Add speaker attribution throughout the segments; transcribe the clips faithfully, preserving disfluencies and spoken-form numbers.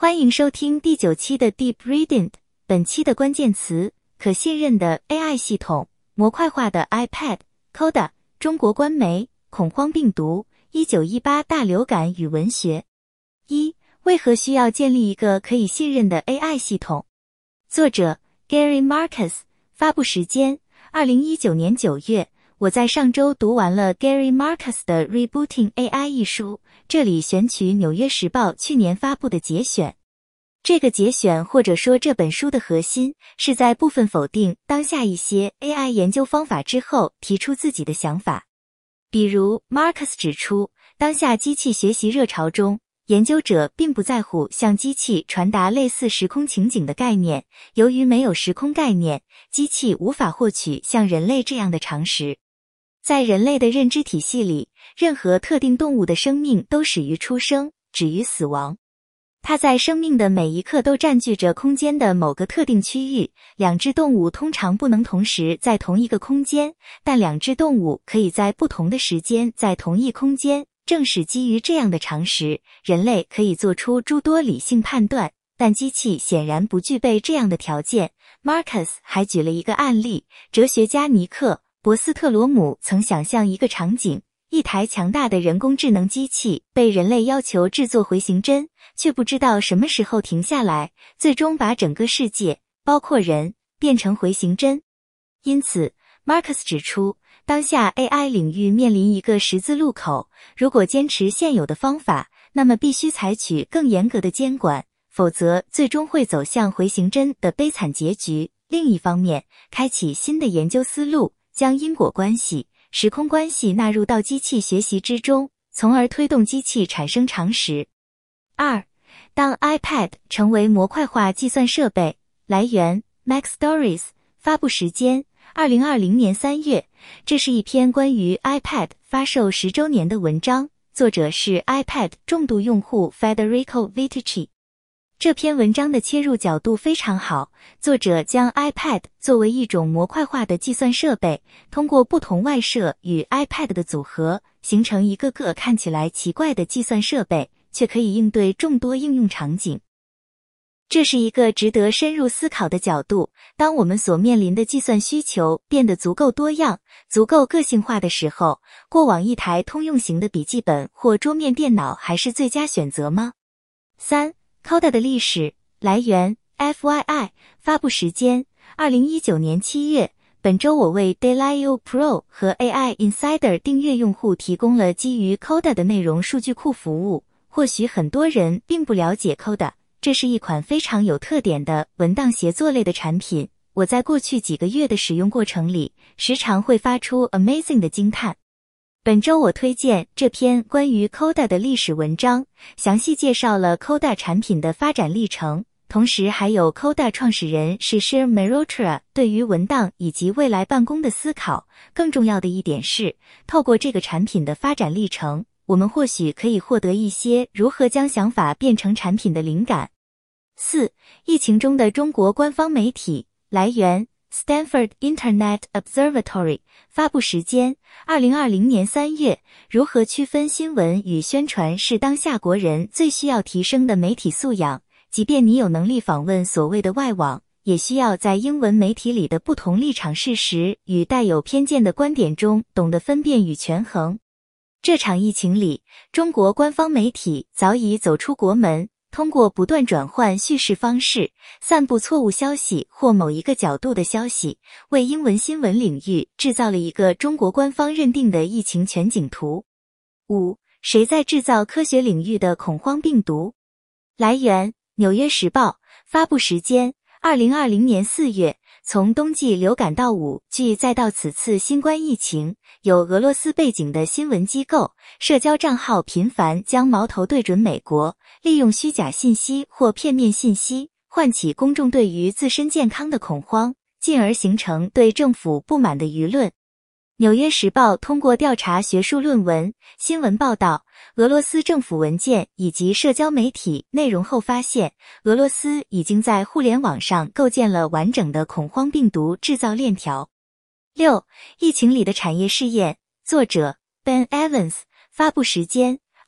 Speaker 1: 欢迎收听第九期的 Deep Reading， 本期的关键词：可信任的 A I 系统，模块化的 iPad，Coda， 中国官媒，恐慌病毒，一九一八大流感与文学。一、为何需要建立一个可以信任的 A I 系统？作者 Gary Marcus， 发布时间二零一九年九月。我在上周读完了 Gary Marcus 的 Rebooting A I 一书，这里选取《纽约时报》去年发布的节选。这个节选或者说这本书的核心，是在部分否定当下一些 A I 研究方法之后提出自己的想法。比如 Marcus 指出，当下机器学习热潮中，研究者并不在乎向机器传达类似时空情景的概念，由于没有时空概念，机器无法获取像人类这样的常识。在人类的认知体系里，任何特定动物的生命都始于出生，止于死亡。它在生命的每一刻都占据着空间的某个特定区域。两只动物通常不能同时在同一个空间，但两只动物可以在不同的时间在同一空间。正是基于这样的常识，人类可以做出诸多理性判断，但机器显然不具备这样的条件。Marcus 还举了一个案例，哲学家尼克博斯特罗姆曾想象一个场景，一台强大的人工智能机器被人类要求制作回形针，却不知道什么时候停下来，最终把整个世界，包括人，变成回形针。因此 Marcus 指出，当下 A I 领域面临一个十字路口，如果坚持现有的方法，那么必须采取更严格的监管，否则最终会走向回形针的悲惨结局。另一方面，开启新的研究思路，将因果关系、时空关系纳入到机器学习之中，从而推动机器产生常识。二、当 iPad 成为模块化计算设备。来源 MacStories， 发布时间二零二零年三月。这是一篇关于 iPad 发售十周年的文章，作者是 iPad 重度用户 Federico Vitici。这篇文章的切入角度非常好，作者将 iPad 作为一种模块化的计算设备，通过不同外设与 iPad 的组合，形成一个个看起来奇怪的计算设备，却可以应对众多应用场景。这是一个值得深入思考的角度。当我们所面临的计算需求变得足够多样、足够个性化的时候，过往一台通用型的笔记本或桌面电脑还是最佳选择吗？三、Coda 的历史。来源 F Y I， 发布时间二零一九年七月。本周我为 Dailyo Pro 和 A I Insider 订阅用户提供了基于 Coda 的内容数据库服务。或许很多人并不了解 Coda， 这是一款非常有特点的文档协作类的产品。我在过去几个月的使用过程里，时常会发出 amazing 的惊叹。本周我推荐这篇关于 Coda 的历史文章，详细介绍了 Coda 产品的发展历程，同时还有 Coda 创始人是 Shir Mehrotra 对于文档以及未来办公的思考。更重要的一点是，透过这个产品的发展历程，我们或许可以获得一些如何将想法变成产品的灵感。四、疫情中的中国官方媒体。来源Stanford Internet Observatory， 发布时间二零二零年三月。如何区分新闻与宣传是当下国人最需要提升的媒体素养，即便你有能力访问所谓的外网，也需要在英文媒体里的不同立场事实与带有偏见的观点中懂得分辨与权衡。这场疫情里，中国官方媒体早已走出国门，通过不断转换叙事方式，散布错误消息或某一个角度的消息，为英文新闻领域制造了一个中国官方认定的疫情全景图。五、谁在制造科学领域的恐慌病毒？来源纽约时报，发布时间二零二零年四月。从冬季流感到五 G 再到此次新冠疫情，有俄罗斯背景的新闻机构、社交账号频繁将矛头对准美国，利用虚假信息或片面信息，唤起公众对于自身健康的恐慌，进而形成对政府不满的舆论。纽约时报通过调查学术论文、新闻报道、俄罗斯政府文件以及社交媒体内容后发现，俄罗斯已经在互联网上构建了完整的恐慌病毒制造链条。六、疫情里的产业试验。作者 Ben Evans， 发布时间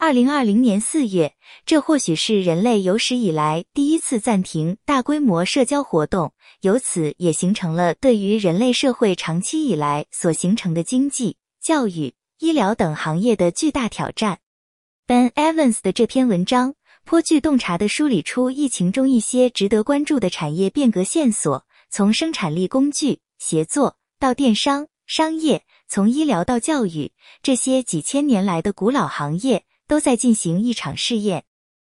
Speaker 1: 二零二零年四月，这或许是人类有史以来第一次暂停大规模社交活动，由此也形成了对于人类社会长期以来所形成的经济、教育、医疗等行业的巨大挑战。Ben Evans 的这篇文章颇具洞察地梳理出疫情中一些值得关注的产业变革线索，从生产力工具、协作到电商、商业，从医疗到教育，这些几千年来的古老行业都在进行一场试验。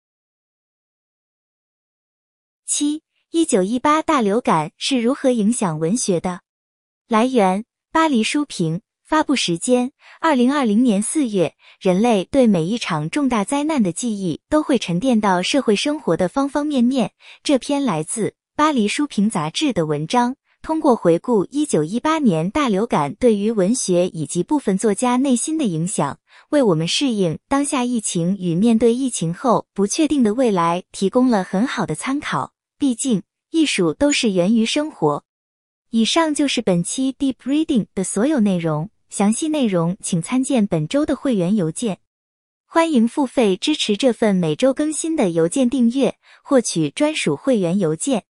Speaker 1: 七、一九一八大流感是如何影响文学的？来源：巴黎书评，发布时间：二零二零年四月。人类对每一场重大灾难的记忆都会沉淀到社会生活的方方面面。这篇来自巴黎书评杂志的文章，通过回顾一九一八年大流感对于文学以及部分作家内心的影响，为我们适应当下疫情与面对疫情后不确定的未来提供了很好的参考。毕竟，艺术都是源于生活。以上就是本期 Deep Reading 的所有内容，详细内容请参见本周的会员邮件。欢迎付费支持这份每周更新的邮件订阅，获取专属会员邮件。